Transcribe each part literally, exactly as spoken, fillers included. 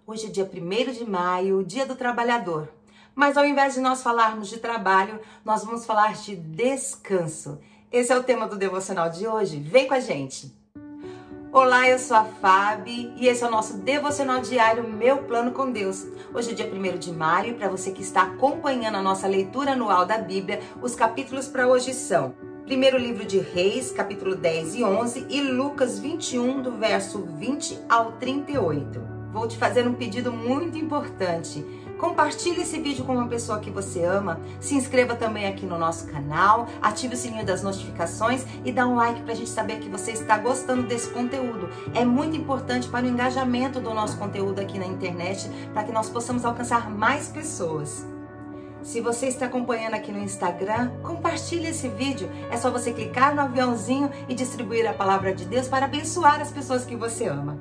Hoje é dia primeiro de maio, dia do trabalhador. Mas ao invés de nós falarmos de trabalho, nós vamos falar de descanso. Esse é o tema do devocional de hoje. Vem com a gente! Olá, eu sou a Fábio e esse é o nosso devocional diário Meu Plano com Deus. Hoje é dia primeiro de maio e para você que está acompanhando a nossa leitura anual da Bíblia, os capítulos para hoje são Primeiro livro de Reis, capítulo dez e onze e Lucas vinte e um, do verso vinte ao trinta e oito. Vou te fazer um pedido muito importante. Compartilhe esse vídeo com uma pessoa que você ama, se inscreva também aqui no nosso canal, ative o sininho das notificações e dá um like para a gente saber que você está gostando desse conteúdo. É muito importante para o engajamento do nosso conteúdo aqui na internet, para que nós possamos alcançar mais pessoas. Se você está acompanhando aqui no Instagram, compartilhe esse vídeo. É só você clicar no aviãozinho e distribuir a palavra de Deus para abençoar as pessoas que você ama.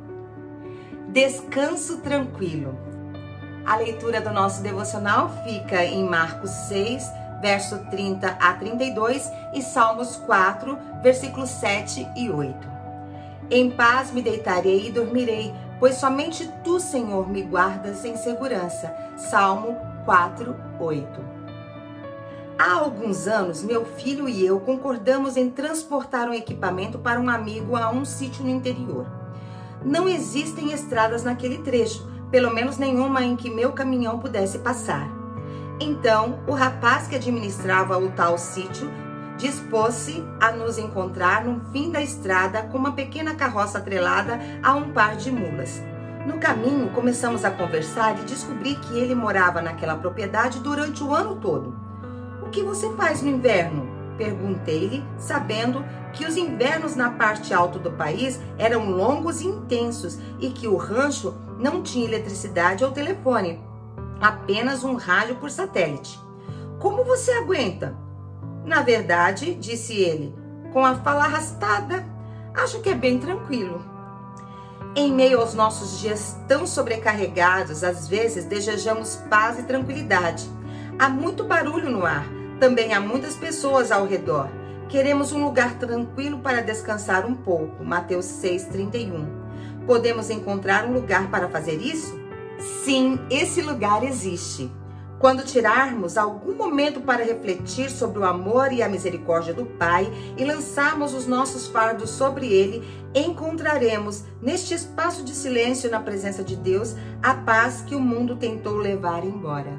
Descanso tranquilo. A leitura do nosso devocional fica em Marcos seis, verso trinta a trinta e dois e Salmos quatro, versículos sete e oito. Em paz me deitarei e dormirei, pois somente tu, Senhor, me guardas em segurança. Salmo quatro, oito. Há alguns anos, meu filho e eu concordamos em transportar um equipamento para um amigo a um sítio no interior. Não existem estradas naquele trecho, pelo menos nenhuma em que meu caminhão pudesse passar. Então, o rapaz que administrava o tal sítio dispôs-se a nos encontrar no fim da estrada com uma pequena carroça atrelada a um par de mulas. No caminho, começamos a conversar e descobri que ele morava naquela propriedade durante o ano todo. "O que você faz no inverno?" Perguntei-lhe, sabendo que os invernos na parte alta do país eram longos e intensos e que o rancho não tinha eletricidade ou telefone, apenas um rádio por satélite. "Como você aguenta?" "Na verdade," disse ele, com a fala arrastada, "acho que é bem tranquilo." Em meio aos nossos dias tão sobrecarregados, às vezes desejamos paz e tranquilidade. Há muito barulho no ar, também há muitas pessoas ao redor. Queremos um lugar tranquilo para descansar um pouco. Mateus seis, trinta e um. Podemos encontrar um lugar para fazer isso? Sim, esse lugar existe. Quando tirarmos algum momento para refletir sobre o amor e a misericórdia do Pai e lançarmos os nossos fardos sobre Ele, encontraremos, neste espaço de silêncio na presença de Deus, a paz que o mundo tentou levar embora.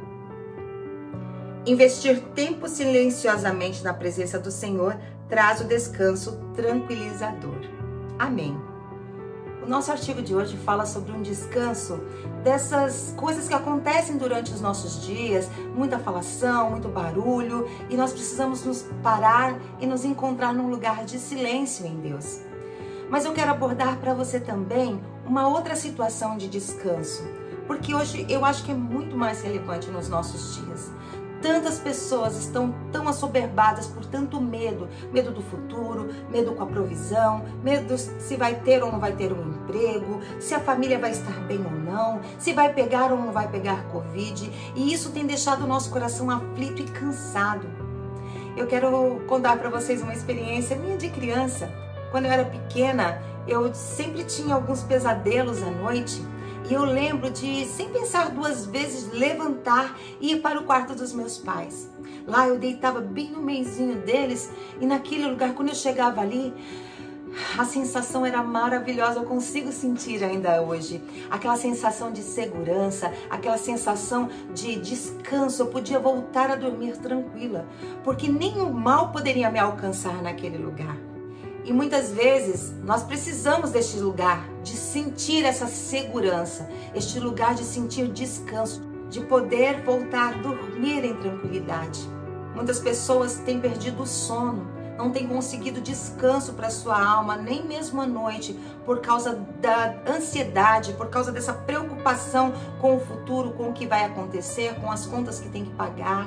Investir tempo silenciosamente na presença do Senhor traz o descanso tranquilizador. Amém. O nosso artigo de hoje fala sobre um descanso dessas coisas que acontecem durante os nossos dias, muita falação, muito barulho, e nós precisamos nos parar e nos encontrar num lugar de silêncio em Deus. Mas eu quero abordar para você também uma outra situação de descanso, porque hoje eu acho que é muito mais relevante nos nossos dias. Tantas pessoas estão tão assoberbadas por tanto medo, medo do futuro, medo com a provisão, medo se vai ter ou não vai ter um emprego, se a família vai estar bem ou não, se vai pegar ou não vai pegar Covid, e isso tem deixado o nosso coração aflito e cansado. Eu quero contar para vocês uma experiência minha de criança. Quando eu era pequena, eu sempre tinha alguns pesadelos à noite. E eu lembro de, sem pensar duas vezes, levantar e ir para o quarto dos meus pais. Lá eu deitava bem no meizinho deles e naquele lugar, quando eu chegava ali, a sensação era maravilhosa. Eu consigo sentir ainda hoje aquela sensação de segurança, aquela sensação de descanso. Eu podia voltar a dormir tranquila, porque nem o mal poderia me alcançar naquele lugar. E muitas vezes nós precisamos deste lugar, de sentir essa segurança, este lugar de sentir descanso, de poder voltar a dormir em tranquilidade. Muitas pessoas têm perdido o sono, não têm conseguido descanso para sua alma, nem mesmo à noite, por causa da ansiedade, por causa dessa preocupação com o futuro, com o que vai acontecer, com as contas que tem que pagar.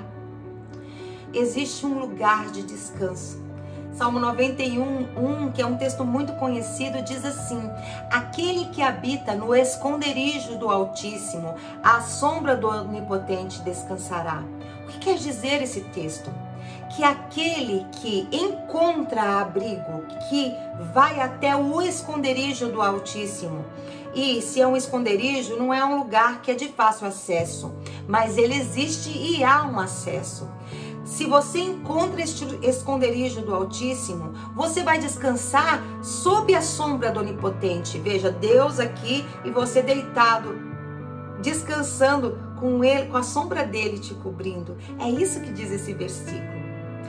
Existe um lugar de descanso. Salmo noventa e um, um, que é um texto muito conhecido, diz assim: "Aquele que habita no esconderijo do Altíssimo, à sombra do Onipotente descansará." O que quer dizer esse texto? Que aquele que encontra abrigo, que vai até o esconderijo do Altíssimo E se é um esconderijo, não é um lugar que é de fácil acesso, mas ele existe e há um acesso. Se você encontra este esconderijo do Altíssimo, você vai descansar sob a sombra do Onipotente. Veja, Deus aqui e você deitado, descansando com ele, com a sombra dele te cobrindo. É isso que diz esse versículo.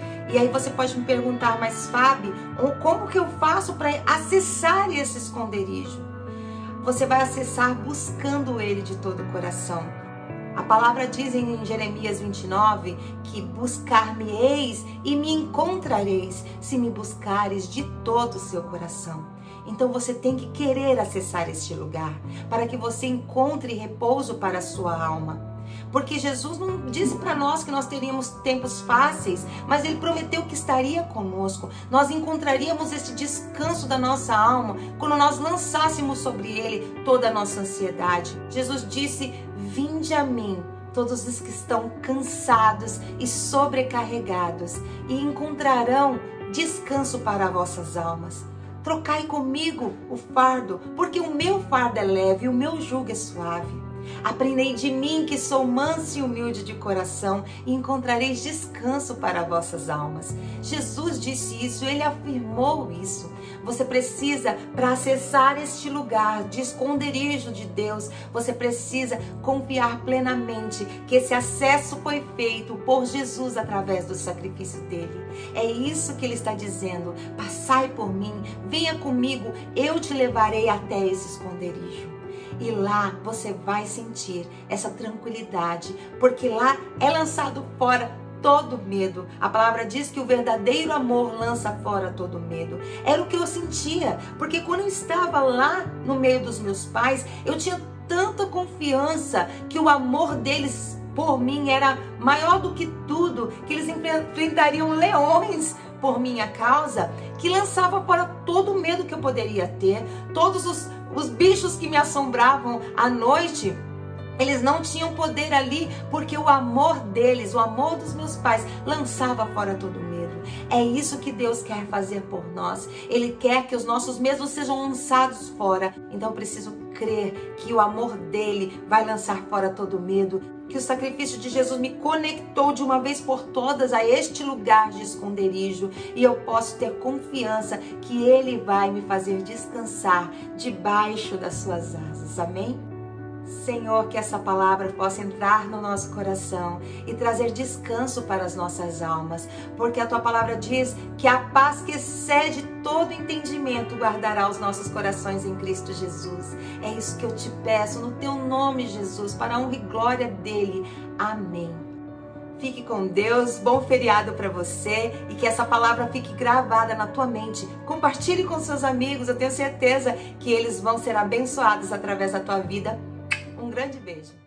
E aí você pode me perguntar, mas Fábio, como que eu faço para acessar esse esconderijo? Você vai acessar buscando ele de todo o coração. A palavra diz em Jeremias vinte e nove que buscar-me-eis e me encontrareis se me buscares de todo o seu coração. Então você tem que querer acessar este lugar para que você encontre repouso para a sua alma. Porque Jesus não disse para nós que nós teríamos tempos fáceis, mas Ele prometeu que estaria conosco. Nós encontraríamos esse descanso da nossa alma quando nós lançássemos sobre Ele toda a nossa ansiedade. Jesus disse: vinde a mim, todos os que estão cansados e sobrecarregados, e encontrarão descanso para vossas almas. Trocai comigo o fardo, porque o meu fardo é leve e o meu jugo é suave. Aprendei de mim, que sou manso e humilde de coração, e encontrareis descanso para vossas almas. Jesus disse isso, Ele afirmou isso. Você precisa, para acessar este lugar de esconderijo de Deus, você precisa confiar plenamente que esse acesso foi feito por Jesus através do sacrifício dele. É isso que Ele está dizendo: passai por mim, venha comigo, eu te levarei até esse esconderijo. E lá você vai sentir essa tranquilidade, porque lá é lançado fora todo medo. A palavra diz que o verdadeiro amor lança fora todo medo. Era o que eu sentia, porque quando eu estava lá no meio dos meus pais, eu tinha tanta confiança que o amor deles por mim era maior do que tudo, que eles enfrentariam leões por minha causa, que lançava fora todo o medo que eu poderia ter, todos os, os bichos que me assombravam à noite. Eles não tinham poder ali, porque o amor deles, o amor dos meus pais, lançava fora todo medo. É isso que Deus quer fazer por nós. Ele quer que os nossos medos sejam lançados fora. Então eu preciso crer que o amor dele vai lançar fora todo medo, que o sacrifício de Jesus me conectou de uma vez por todas a este lugar de esconderijo, e eu posso ter confiança que ele vai me fazer descansar debaixo das suas asas. Amém? Senhor, que essa palavra possa entrar no nosso coração e trazer descanso para as nossas almas, porque a tua palavra diz que a paz que excede todo entendimento guardará os nossos corações em Cristo Jesus. É isso que eu te peço no teu nome, Jesus, para a honra e glória dele. Amém. Fique com Deus, bom feriado para você, e que essa palavra fique gravada na tua mente. Compartilhe com seus amigos, eu tenho certeza que eles vão ser abençoados através da tua vida. Um grande beijo.